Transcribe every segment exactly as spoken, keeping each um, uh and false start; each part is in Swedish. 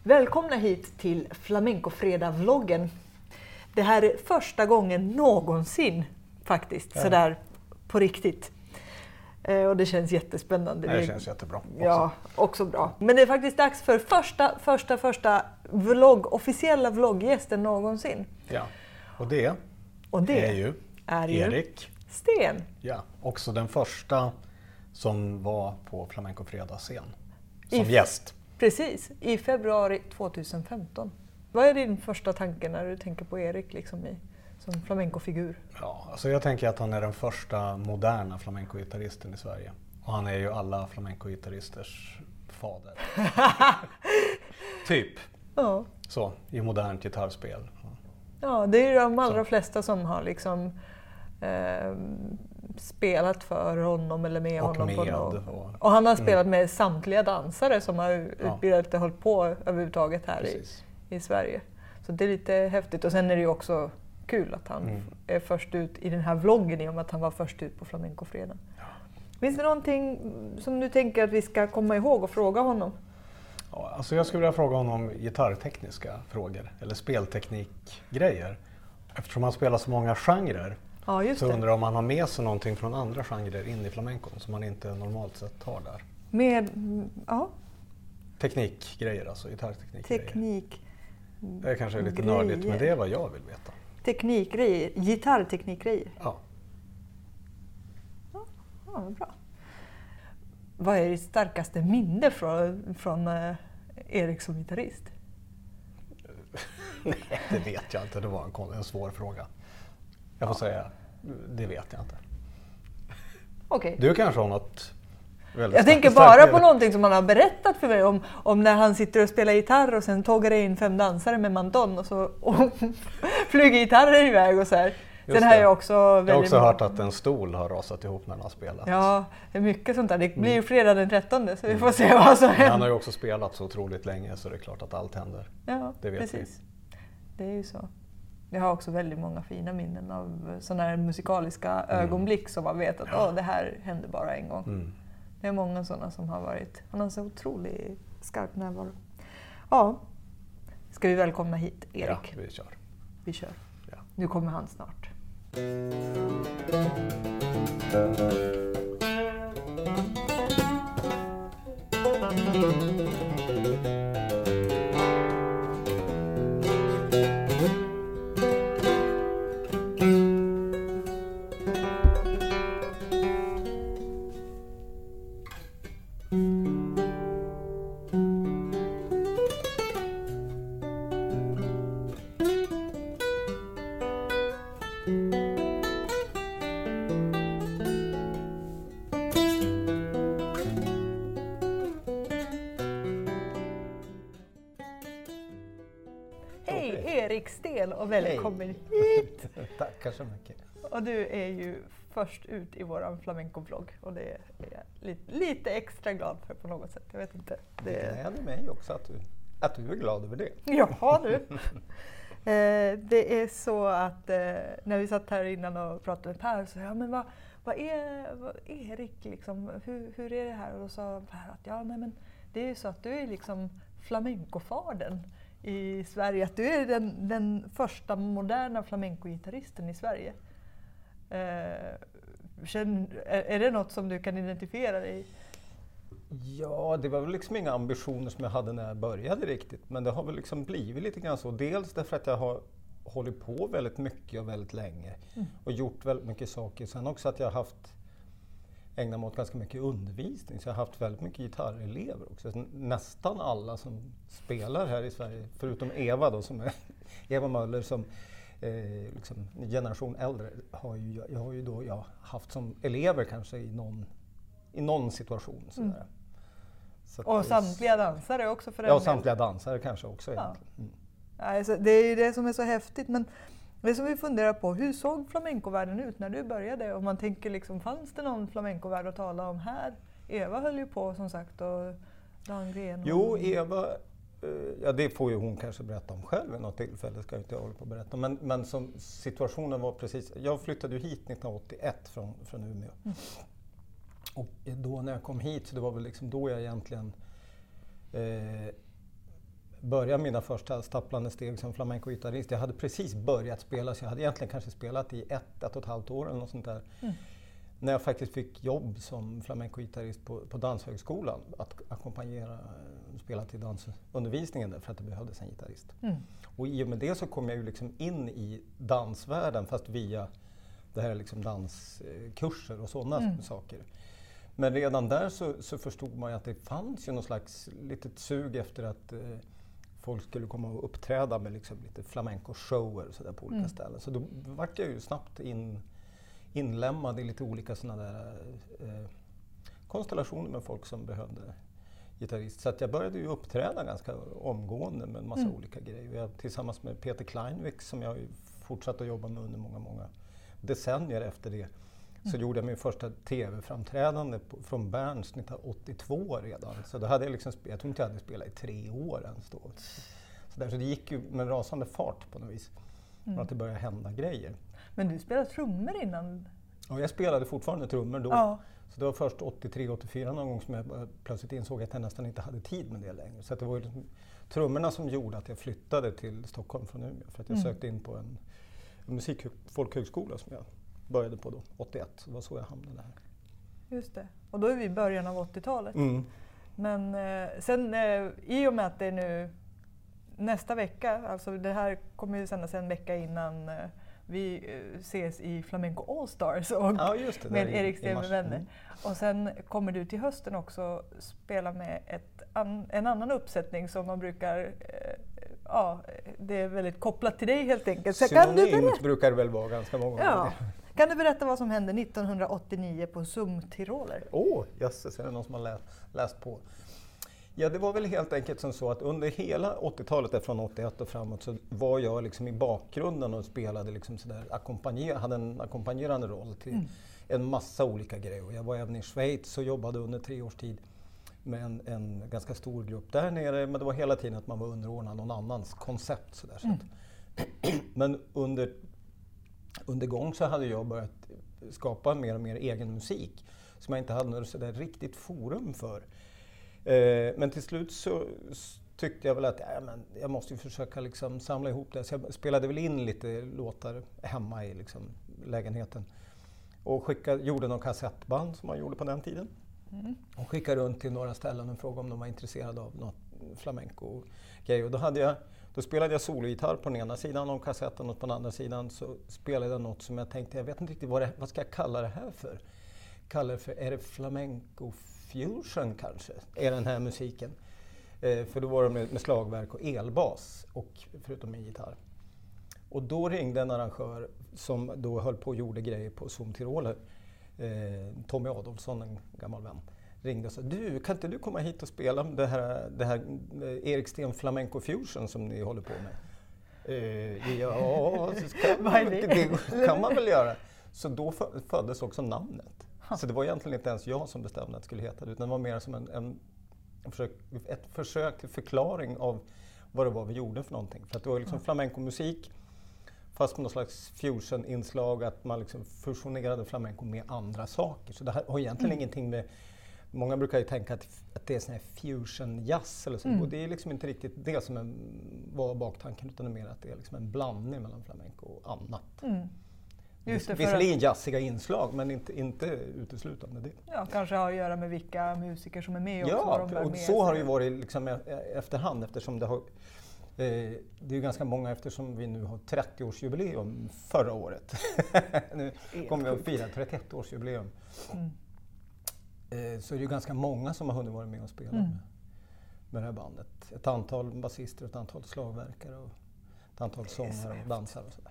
Välkomna hit till Flamencofredag-vloggen. Det här är första gången någonsin faktiskt, ja. Sådär på riktigt. Eh, och det känns jättespännande. Det känns jättebra. Också. Ja, också bra. Men det är faktiskt dags för första, första, första vlogg, officiella vlogggästen någonsin. Ja, och det, och det är ju är ju Erik Sten. Ja, också den första som var på Flamencofredag-scen som I, gäst. Precis, i februari tjugohundrafemton. Vad är din första tanke när du tänker på Erik liksom i, som flamencofigur? Ja, alltså jag tänker att han är den första moderna flamenco-gitarristen i Sverige. Och han är ju alla flamenco-gitarristers fader. Typ. Ja. Så, i modernt gitarrspel. Ja, det är ju de allra Så. flesta som har liksom eh, spelat för honom eller med och honom. Med, på något. och, och han har spelat mm. med samtliga dansare som har utbildat och ja. hållit på överhuvudtaget här i, i Sverige. Så det är lite häftigt. Och sen är det ju också kul att han mm. är först ut i den här vloggen i och med att han var först ut på Flamencofredag. Ja. Finns det någonting som du tänker att vi ska komma ihåg och fråga honom? Ja, alltså jag skulle vilja fråga honom gitarrtekniska frågor eller spelteknikgrejer. Eftersom han spelar så många genrer ja, just så det. undrar jag om han har med sig någonting från andra genrer in i flamencon som man inte normalt sett har där. Med, ja. Teknikgrejer, alltså gitarrteknikgrejer. Teknik. Det är kanske lite grejer. Nördigt, men det är vad jag vill veta. Teknikgrejer, gitarrteknikgrejer. Ja. Ja, ja bra. Vad är ditt starkaste minne från, från uh, Erik som gitarrist? Nej, det vet jag inte. Det var en, en svår fråga. Jag får ja. säga, det vet jag inte. Okay. Du kanske har något väldigt Jag tänker bara stark, på någonting som han har berättat för mig om, om när han sitter och spelar gitarr och sen tågar det in fem dansare med manton och så och flyger gitarren iväg och så här. Just Sen har jag också väldigt Jag har också hört att en stol har rasat ihop när han har spelat. Ja, det är mycket sånt där. Det blir mm. fredag den trettonde så vi får se vad som händer. Han har ju också spelat så otroligt länge så det är klart att allt händer. Ja, det vet precis. Vi. Det är ju så. Jag har också väldigt många fina minnen av sådana här musikaliska mm. ögonblick som man vet att ja. åh, det här hände bara en gång. Mm. Det är många sådana som har varit. Han har så otroligt skarp närvaro. Ja, ska vi välkomna hit Erik? Ja, vi kör. Vi kör. Ja. Nu kommer han snart. Erik Sten och välkommen Hej. hit! Tackar så mycket. Och du är ju först ut i våran flamenco-vlogg och det är jag lite, lite extra glad för på något sätt. Jag vet inte. Det, det gläder mig också att du, att du är glad över det. Jaha du! eh, det är så att eh, när vi satt här innan och pratade med Per så ja men vad, vad är vad, Erik liksom, hur, hur är det här? Och då sa Per att ja nej, men det är ju så att du är liksom flamencofadern i Sverige, att du är den, den första moderna flamenco-gitarristen i Sverige. Eh, känn, är, är det något som du kan identifiera dig i? Ja, det var väl liksom inga ambitioner som jag hade när jag började riktigt, men det har väl liksom blivit lite grann så. Dels därför att jag har hållit på väldigt mycket och väldigt länge mm. och gjort väldigt mycket saker. Sen också att jag har haft ägnat mig åt ganska mycket undervisning, så jag har haft väldigt mycket gitarrelever också. Så nästan alla som spelar här i Sverige, förutom Eva då, som är Eva Möller som eh, liksom generation äldre, har ju, jag har ju då jag haft som elever kanske i någon, i någon situation. Sådär. Mm. Så och det, samtliga dansare också för den. Ja, och samtliga dansare kanske också. Ja. Mm. Alltså, det är ju det som är så häftigt, men det som vi funderar på, hur såg flamencovärlden ut när du började? Om man tänker liksom, fanns det någon flamencovärld att tala om här? Eva höll ju på som sagt och Langren. Och... Jo, Eva, ja det får ju hon kanske berätta om själv i något tillfälle, ska jag inte hålla på att berätta. Men, men som situationen var precis, jag flyttade ju hit nittonhundraåttioett från, från Umeå. Mm. Och då när jag kom hit, så det var väl liksom då jag egentligen eh, började mina första stapplande steg som flamenco-gitarrist. Jag hade precis börjat spela, så jag hade egentligen kanske spelat i ett, ett och ett halvt år eller något sånt där. Mm. När jag faktiskt fick jobb som flamenco-gitarrist på, på Danshögskolan, att ackompanjera, spela till dansundervisningen där, för att det behövdes en gitarrist. Mm. Och i och med det så kom jag ju liksom in i dansvärlden, fast via det här liksom danskurser och sådana mm. saker. Men redan där så, så förstod man ju att det fanns ju någon slags litet sug efter att eh, folk skulle komma och uppträda med liksom lite flamenco-shower och så där på olika mm. ställen. Så då vart jag ju snabbt in, inlämnad i lite olika sådana där eh, konstellationer med folk som behövde gitarrist. Så att jag började ju uppträda ganska omgående med en massa mm. olika grejer. Jag, tillsammans med Peter Kleinvik, som jag ju fortsatt att jobba med under många, många decennier efter det, så mm. gjorde jag min första tv-framträdande på, från Berns nittonhundraåttiotvå redan. Så då hade jag liksom, jag tror inte jag hade spelat i tre år ens då. Så, där, så det gick ju med rasande fart på något vis. Mm. Att det började hända grejer. Men du spelade trummor innan? Ja, jag spelade fortfarande trummor då. Ja. Så det var först åttiotre åttiofyra någon gång som jag plötsligt insåg att jag nästan inte hade tid med det längre. Så att det var ju liksom trummorna som gjorde att jag flyttade till Stockholm från Umeå. För att jag mm. sökte in på en, en musikfolkhögskola som jag började på då, åttioett. Det var så jag hamnade här. Just det. Och då är vi i början av åttiotalet. Mm. Men eh, sen eh, i och med att det är nu nästa vecka, alltså det här kommer ju sändas en vecka innan eh, vi eh, ses i Flamenco All Stars och ja, just det, med Erik Sten med vänner. Mm. Och sen kommer du till hösten också spela med ett an, en annan uppsättning som man brukar, eh, ja, det är väldigt kopplat till dig helt enkelt. Så synonymt brukar det väl vara ganska många gånger. Ja. Kan du berätta vad som hände nittonhundraåttionio på Sumtiroler? Åh, oh, jösses, är det någon som har läst, läst på? Ja, det var väl helt enkelt som så att under hela åttiotalet, från åttioett och framåt, så var jag liksom i bakgrunden och spelade liksom sådär, ackompanjer, hade en ackompanjerande roll till mm. en massa olika grejer. Jag var även i Schweiz och jobbade under tre års tid med en, en ganska stor grupp där nere, men det var hela tiden att man var underordnad någon annans koncept. Sådär, så att, mm. Men under, under gång så hade jag börjat skapa mer och mer egen musik som jag inte hade något sådär riktigt forum för. Eh, men till slut så tyckte jag väl att ja, men jag måste ju försöka liksom samla ihop det. Så jag spelade väl in lite låtar hemma i liksom lägenheten. Och skickade, gjorde någon kassettband som man gjorde på den tiden. Mm. Och skickade runt till några ställen och frågade om de var intresserade av något flamenco-grej. Och då, hade jag, då spelade jag sologitarr på den ena sidan av kassetten och på den andra sidan så spelade jag något som jag tänkte, jag vet inte riktigt vad, det, vad ska jag kalla det här för? Kallar det för, är det flamenco fusion kanske, är den här musiken. Eh, för då var det med, med slagverk och elbas, och förutom min gitarr. Och då ringde en arrangör som då höll på och gjorde grejer på Sumtiroler, eh, Tommy Adolfsson, en gammal vän, ringde och sa, du, kan inte du komma hit och spela det här, det här eh, Erik Sten Flamenco Fusion som ni håller på med? Eh, ja, så kan, det? det kan man väl göra. Så då föddes också namnet. Så det var egentligen inte ens jag som bestämde att det skulle heta det, utan det var mer som en, en, en försök, ett försök till förklaring av vad det var vi gjorde för någonting. För att det var liksom flamenco-musik, fast med någon slags fusion-inslag, att man liksom fusionerade flamenco med andra saker. Så det här har egentligen mm. ingenting med, många brukar ju tänka att, att det är sån här fusion-jazz eller så, mm. och det är liksom inte riktigt det som en, var baktanken, utan det är mer att det är liksom en blandning mellan flamenco och annat. Mm. Just det, visserligen jazziga inslag, men inte, inte uteslutande det. Ja, kanske har att göra med vilka musiker som är med. Ja, också, och, och så har det ju varit liksom efterhand, eftersom det har, eh, det är ju ganska många, eftersom vi nu har trettioårsjubileum förra året. Nu kommer vi att fira trettioettårsjubileum. Mm. Eh, så är det ju ganska många som har hunnit vara med och spela mm. med, med det här bandet. Ett antal basister, ett antal slagverkare och ett antal sångare och dansare och sådär.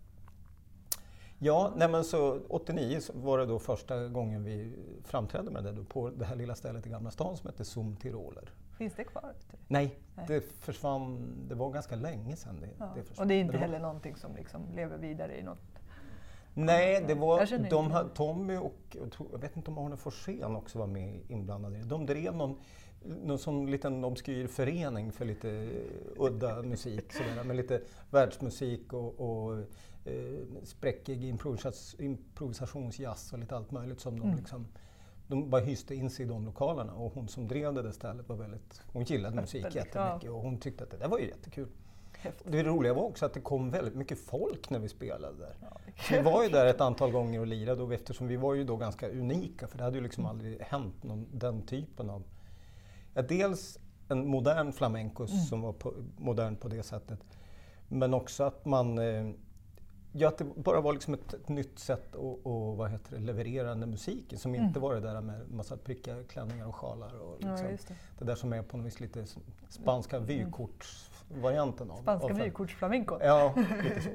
Ja, nej men så åttionio så var det då första gången vi framträdde med det då på det här lilla stället i Gamla stan som heter Sumtiroler. Finns det kvar? Nej, Nej, det försvann, det var ganska länge sedan det, ja. det försvann. Och det är inte det var... heller någonting som liksom lever vidare i något? Nej, det var, de hade, Tommy och jag vet inte om Arne Forsén också var med inblandade. De drev någon, någon sån liten obskyr förening för lite udda musik, sådär, med lite världsmusik och, och eh, spräckig improvisas, improvisationsjazz och lite allt möjligt som de, mm. liksom, de bara hyste in sig i de lokalerna och hon som drev det där stället var väldigt, hon gillade musik jättemycket ja. och hon tyckte att det där var ju jättekul. Häftigt. Det roliga var också att det kom väldigt mycket folk när vi spelade där. Ja, vi var ju där ett antal gånger och lirade och eftersom vi var ju då ganska unika för det hade ju liksom aldrig hänt någon, den typen av, ja, dels en modern flamenco mm. som var på, modern på det sättet, men också att man eh, ja, att det bara var liksom ett, ett nytt sätt att och, vad heter det, leverera den musiken som mm. inte var det där med massa prickar, klänningar och sjalar och liksom, ja, det. det där som är på något vis lite spanska mm. vykortsvarianten av. Spanska vykortsflamenco. Ja, lite så.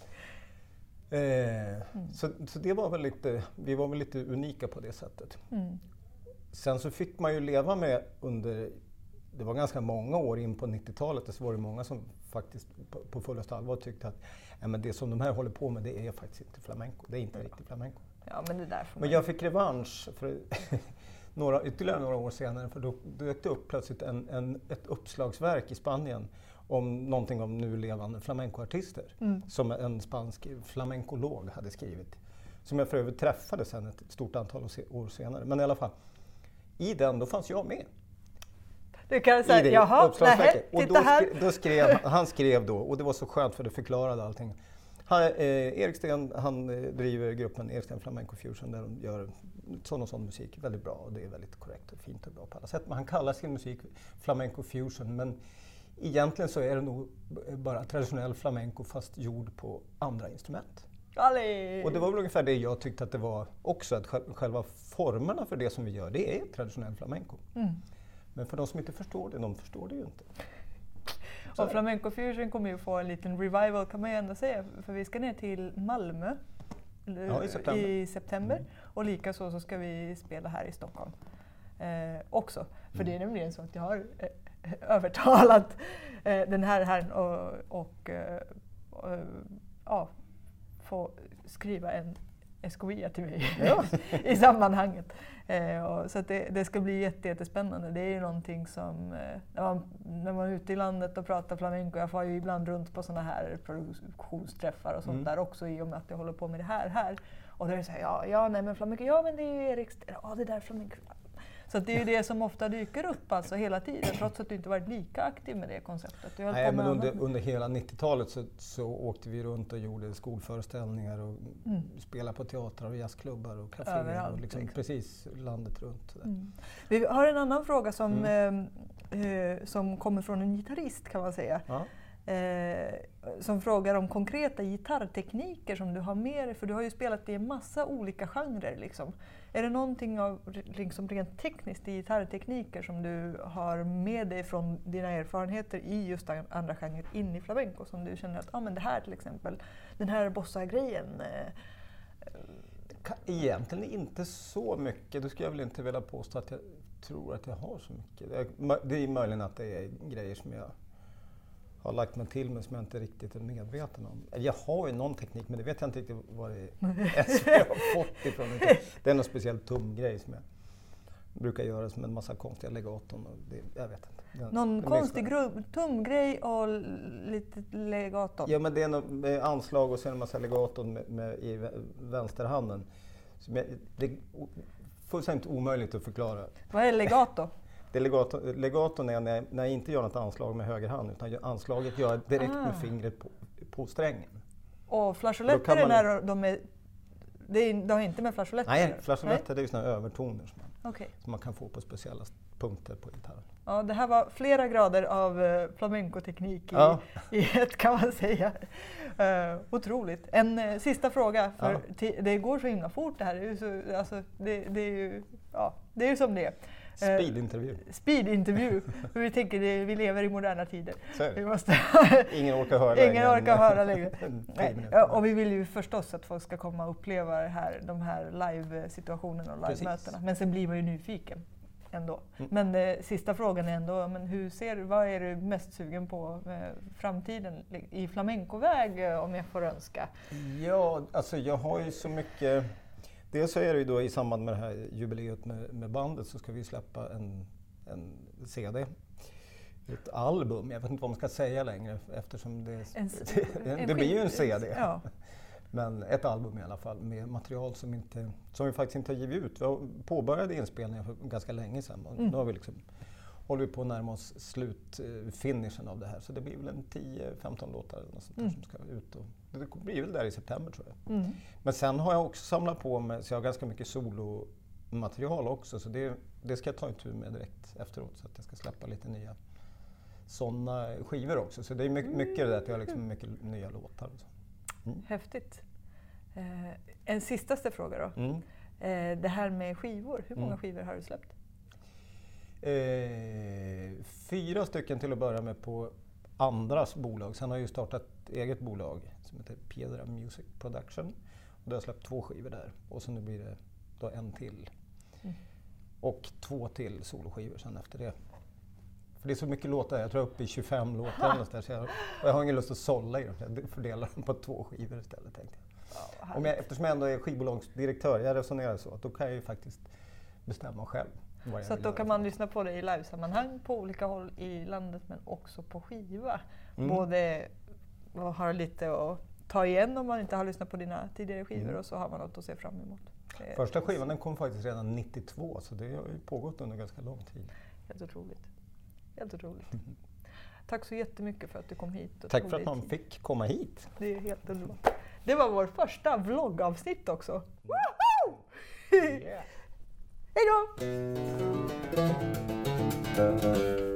Eh, mm. så. Så det var väl lite, vi var väl lite unika på det sättet. Mm. Sen så fick man ju leva med under, det var ganska många år in på nittiotalet, så var det många som faktiskt på, på fullaste allvar tyckte att ja, men det som de här håller på med det är faktiskt inte flamenco, det är inte riktigt flamenco. Ja, men det där får man... Men jag fick revansch för några, ytterligare några år senare för då dök det upp plötsligt en, en, ett uppslagsverk i Spanien om någonting om nu levande flamencoartister mm. som en spansk flamencolog hade skrivit. Som jag för övrigt träffade sen ett stort antal år senare. Men i alla fall, i den då fanns jag med. Du kan säga, jaha, nej, och då skrev, då skrev, han skrev då, och det var så skönt för det förklarade allting. Han, eh, Erik Sten, han eh, driver gruppen Erik Sten Flamenco Fusion där de gör sån och sån musik väldigt bra och det är väldigt korrekt och fint och bra på alla sätt. Men han kallar sin musik Flamenco Fusion, men egentligen så är det nog bara traditionell flamenco fast gjord på andra instrument. Allez. Och det var väl ungefär det jag tyckte att det var också, att själva formerna för det som vi gör, det är traditionell flamenco. Mm. Men för de som inte förstår det, de förstår det ju inte. Så. Och Flamenco Fusion kommer ju få en liten revival kan man ju ändå säga, för vi ska ner till Malmö ja, i september, i september. Mm. Och likaså så ska vi spela här i Stockholm eh, också. För mm. det är nämligen så att jag har eh, övertalat eh, den här herren och, och, eh, och ja, få skriva en Escovilla till mig ja. i sammanhanget. Eh, och så att det, det ska bli jätte, jättespännande. Det är ju någonting som, eh, när, man, när man är ute i landet och pratar flamenco, jag får ju ibland runt på såna här produktionsträffar och sånt mm. där också i och med att jag håller på med det här här. Och då är det så här, ja, ja nej men flamenco, ja men det är ju Eriks, ja det där flamenco. Så det är ju det som ofta dyker upp alltså hela tiden, trots att du inte varit lika aktiv med det konceptet. Nej, men under, under hela nittiotalet så, så åkte vi runt och gjorde skolföreställningar och mm. spelade på teatrar och jazzklubbar och kaféer. Överallt, och liksom, liksom. Precis landet runt. Mm. Vi har en annan fråga som, mm. eh, som kommer från en gitarrist kan man säga. Ja. Eh, som frågar om konkreta gitarrtekniker som du har med dig, för du har ju spelat i en massa olika genrer liksom. Är det någonting av liksom rent tekniskt i gitarrtekniker som du har med dig från dina erfarenheter i just andra genrer in i flamenco som du känner att ah, men det här till exempel, den här bossa-grejen eh, egentligen inte så mycket, då skulle jag väl inte vilja påstå att jag tror att jag har så mycket. Det är möjligen att det är grejer som jag har lagt mig till men som jag inte riktigt är medveten om. Jag har ju någon teknik men det vet jag inte riktigt vad det är som jag har fått ifrån. Det är någon speciell tumgrej som jag brukar göra som en massa konstiga legaton. Och det, jag vet inte. Det, någon det konstig gru- tumgrej och lite legaton? Ja men det är något anslag och sen en massa legaton med, med, i vänsterhanden. Som jag, det är fullständigt omöjligt att förklara. Vad är legato? Det legato, legaton är när jag, när jag inte gör något anslag med höger hand utan anslaget gör jag direkt ah. med fingret på, på strängen. Och flageoletter är när de är, det, är, det har inte med flageoletter? Nej, flageoletter är ju sådana övertoner som man, okay. som man kan få på speciella punkter på gitarren. Ja, det här var flera grader av uh, flamenco-teknik i, ja. i ett kan man säga. Uh, otroligt. En uh, sista fråga, för ja. t- det går så himla fort det här. Det är ju, så, alltså, det, det är ju, ja, det är ju som det är. Speedintervju. Speedintervju. Vi tänker det, vi lever i moderna tider. Vi måste ingen orkar höra längre. Ingen orkar höra längre. Nej, och vi vill ju förstås att folk ska komma och uppleva det här, de här live-situationerna och live-mötena. Men sen blir man ju nyfiken ändå. Mm. Men eh, sista frågan är ändå, men hur ser, vad är du mest sugen på med framtiden i flamencoväg om jag får önska? Ja, alltså jag har ju så mycket. Dels så är det ju då i samband med det här jubileet med, med bandet så ska vi släppa en, en C D, ett album. Jag vet inte vad man ska säga längre eftersom det, en, det, det blir ju en C D. Ja. Men ett album i alla fall med material som, inte, som vi faktiskt inte har givit ut. Vi påbörjade inspelningen för ganska länge sedan. Och mm. Nu har vi liksom, håller vi på att närma oss slutfinishen av det här. Så det blir väl en tio femton låtar eller något sånt där mm. som ska ut. Och det blir väl där i september tror jag. Mm. Men sen har jag också samlat på mig, så jag har ganska mycket solomaterial också. Så det, det ska jag ta itu med direkt efteråt så att jag ska släppa lite nya sådana skivor också. Så det är mycket, mycket det där att jag har liksom mycket nya låtar och så. Mm. Häftigt. Eh, en sistaste fråga då. Mm. Eh, det här med skivor, hur många mm. skivor har du släppt? Eh, fyra stycken till att börja med på andras bolag. Sen har jag ju startat ett eget bolag som heter Piedra Music Production. Och där har jag släppt två skivor där. Och så nu blir det då en till. Mm. Och två till soloskivor sen efter det. För det är så mycket låtar, jag tror jag är uppe i tjugofem låtar där, så jag, och jag har ingen lust att sålla i dem, jag fördelar dem på två skivor istället tänkte jag. Ja, Om jag eftersom jag ändå är skivbolagsdirektör, jag resonerar så, att då kan jag ju faktiskt bestämma själv. Så att då kan man lyssna på det i livesammanhang på olika håll i landet men också på skiva. Mm. Både har lite att ta igen om man inte har lyssnat på dina tidigare skivor mm. och så har man något att se fram emot. Första skivan den kom faktiskt redan nittiotvå så det har ju pågått under ganska lång tid. Helt otroligt. Helt otroligt. Mm. Tack så jättemycket för att du kom hit. Och Tack för att man fick komma hit. Det är helt underbart. Det var vår första vloggavsnitt också. Woho! Yeah. Hej då!